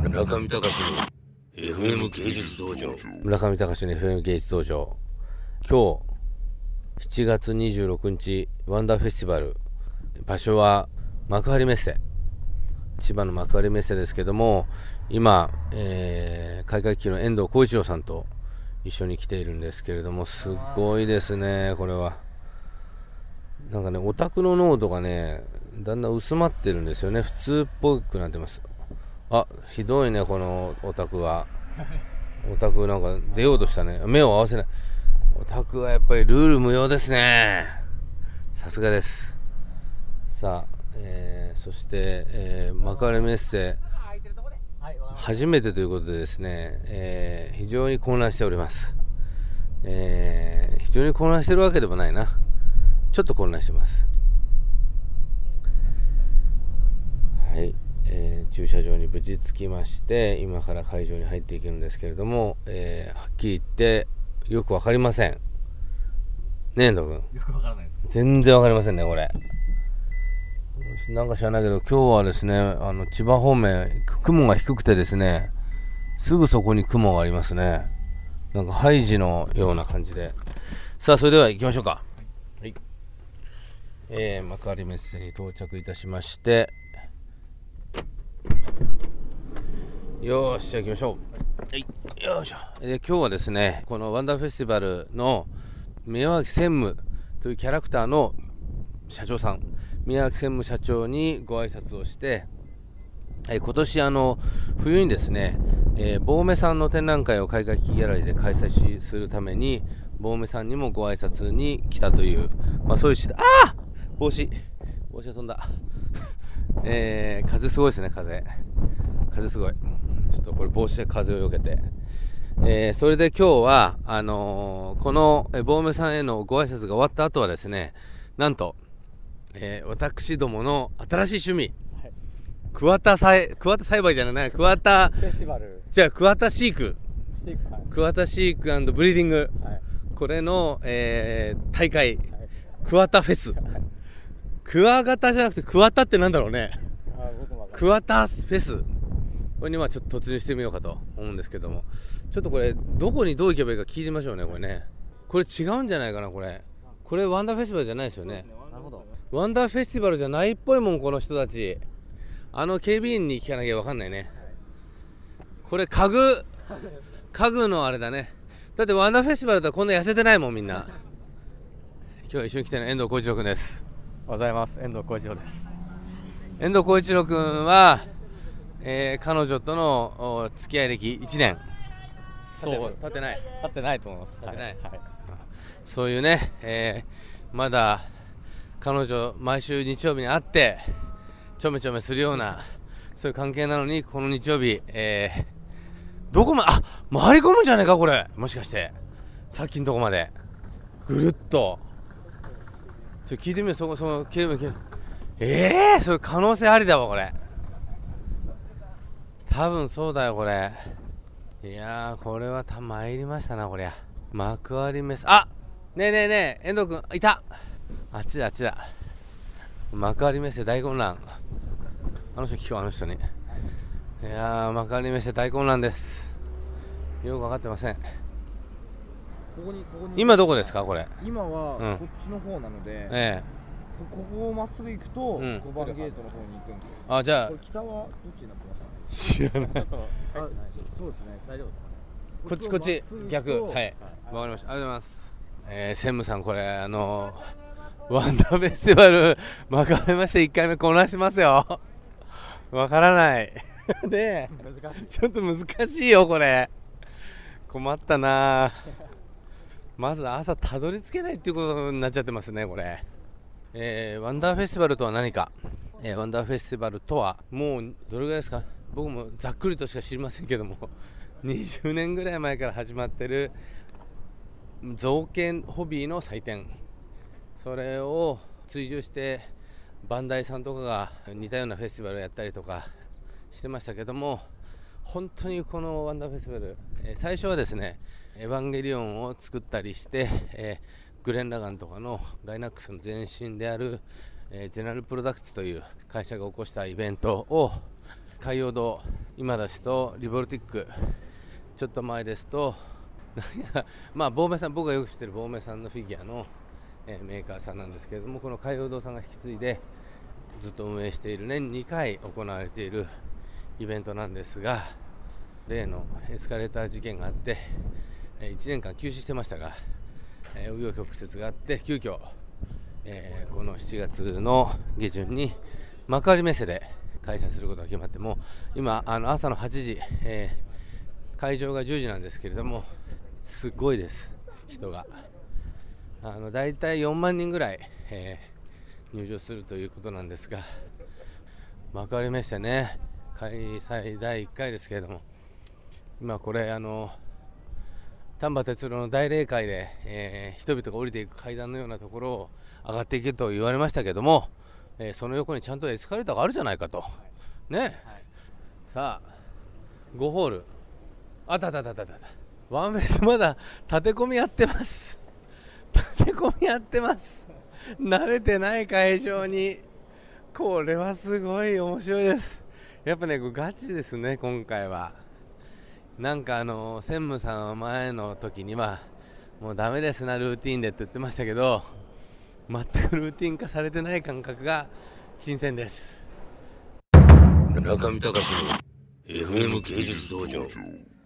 村上隆の FM 芸術道場。村上隆の FM 芸術道場。今日7月26日ワンダーフェスティバル、場所は幕張メッセ、千葉の幕張メッセですけども、今、開会期の遠藤浩一郎さんと一緒に来ているんですけれども、すごいですね。これはなんかね、オタクの濃度がねだんだん薄まってるんですよね。普通っぽくなってます。あ、ひどいね、このオタクは。オタクなんか出ようとしたね。目を合わせない。オタクはやっぱりルール無用ですね。さすがです。さあ、そして、幕張メッセ初めてということでですね、非常に混乱しております。非常に混乱してるわけでもないな。ちょっと混乱してます。はい、駐車場に無事着きまして、今から会場に入っていけるんですけれども、はっきり言ってよくわかりませんね。遠藤君、 よくわからないです。 全然わかりませんね、これ。なんか知らないけど、今日はですね、千葉方面雲が低くてですね、すぐそこに雲がありますね。なんかハイジのような感じで。さあ、それでは行きましょうか。はい、幕張メッセに到着いたしまして、よーし、じゃあ行きましょう。はい、よいしょ。今日はですね、このワンダーフェスティバルの宮脇専務というキャラクターの社長さん、宮脇専務社長にご挨拶をして、今年冬にですね、ボーメさんの展覧会を開会期ギャラリーで開催するために、ボーメさんにもご挨拶に来たという、そういう帽子が飛んだ。風すごいですね。風すごい。ちょっとこれ帽子で風をよけて、それで今日はこのボーメさんへのご挨拶が終わった後はですね、なんと、私どもの新しい趣味、はい、桑田栽培じゃない、桑田フェスティバル、 じゃあ桑田飼育、 はい、 桑田飼育&ブリーディング、はい、これの、大会、はい、桑田フェス、はい、クワガタじゃなくて桑田ってなんだろうね。桑田フェス、これにちょっと突入してみようかと思うんですけども、ちょっとこれどこにどう行けばいいか聞いてみましょうね。これね、これ違うんじゃないかな。これワンダーフェスティバルじゃないですよね。 なるほど。 ワンダーフェスティバルじゃないっぽいもん、この人たち。警備員に聞かなきゃ分かんないね。これ家具のあれだね。だってワンダーフェスティバルだとこんな痩せてないもん、みんな。今日は一緒に来てる遠藤浩一郎君です。 おはようございます。遠藤浩一郎です。 遠藤浩一郎君は、彼女との付き合い歴1年。 そう経ってないと思います。 経ってない、 はい、 そういうね、まだ彼女毎週日曜日に会ってちょめちょめするような、そういう関係なのに、この日曜日、どこまで回り込むんじゃねえか、これ。もしかしてさっきのとこまでぐるっと。それ聞いてみよう。そういう可能性ありだわ、これ。多分そうだよ、これ。いやー、これは参りましたな、こりゃ。幕張メッセ、ねえ遠藤君いた。あっちだ。幕張メッセ大混乱。あの人聞こう、あの人に。いやー、幕張メッセ大混乱です。よく分かってません。 ここに今どこですか、これ。 今はこっちの方なので、ここをまっすぐ行くと5番ゲートの方に行くんですよ。 じゃあこれ北はどっちになってました？ 知らない。 そうですね、大丈夫ですか？ こっち逆。はい、わかりました。ありがとうございます。専務さん、これワンダーフェスティバル幕張メッセ1回目混乱しますよ。わからないで、ちょっと難しいよ、これ。困ったな。まず朝たどり着けないっていうことになっちゃってますね、これ。ワンダーフェスティバルとは何か。ワンダーフェスティバルとはもうどれぐらいですか。僕もざっくりとしか知りませんけども、20年ぐらい前から始まってる造形ホビーの祭典、それを追従してバンダイさんとかが似たようなフェスティバルをやったりとかしてましたけども、本当にこのワンダーフェスティバル、最初はですね、エヴァンゲリオンを作ったりして、グレン・ラガンとかのガイナックスの前身である、ゼネラルプロダクツという会社が起こしたイベントを海洋堂今ですとリボルティック、ちょっと前ですとまあボーメさん、僕がよく知ってるボーメさんのフィギュアの、メーカーさんなんですけれども、この海洋堂さんが引き継いでずっと運営している年2回行われているイベントなんですが、例のエスカレーター事件があって1年間休止してましたが、紆余曲折があって急遽、この7月の下旬に幕張メッセで開催することが決まって、もう今朝の8時、会場が10時なんですけれども、すごいです人が。だいたい4万人ぐらい、入場するということなんですが、幕張メッセね、開催第1回ですけれども、今これ丹波哲郎の大霊界で、人々が降りていく階段のようなところを上がっていけと言われましたけども、その横にちゃんとエスカレーターがあるじゃないかとね、はい、さあ5ホールあたたたたたた、ワンフェスまだ立て込みやってます。立て込みやってます。慣れてない会場に。これはすごい面白いです。やっぱね、ガチですね今回は。なんか専務さんは前の時にはもうダメですなルーティーンでって言ってましたけど、全くルーティン化されてない感覚が新鮮です。 中見隆の FM 芸術道場。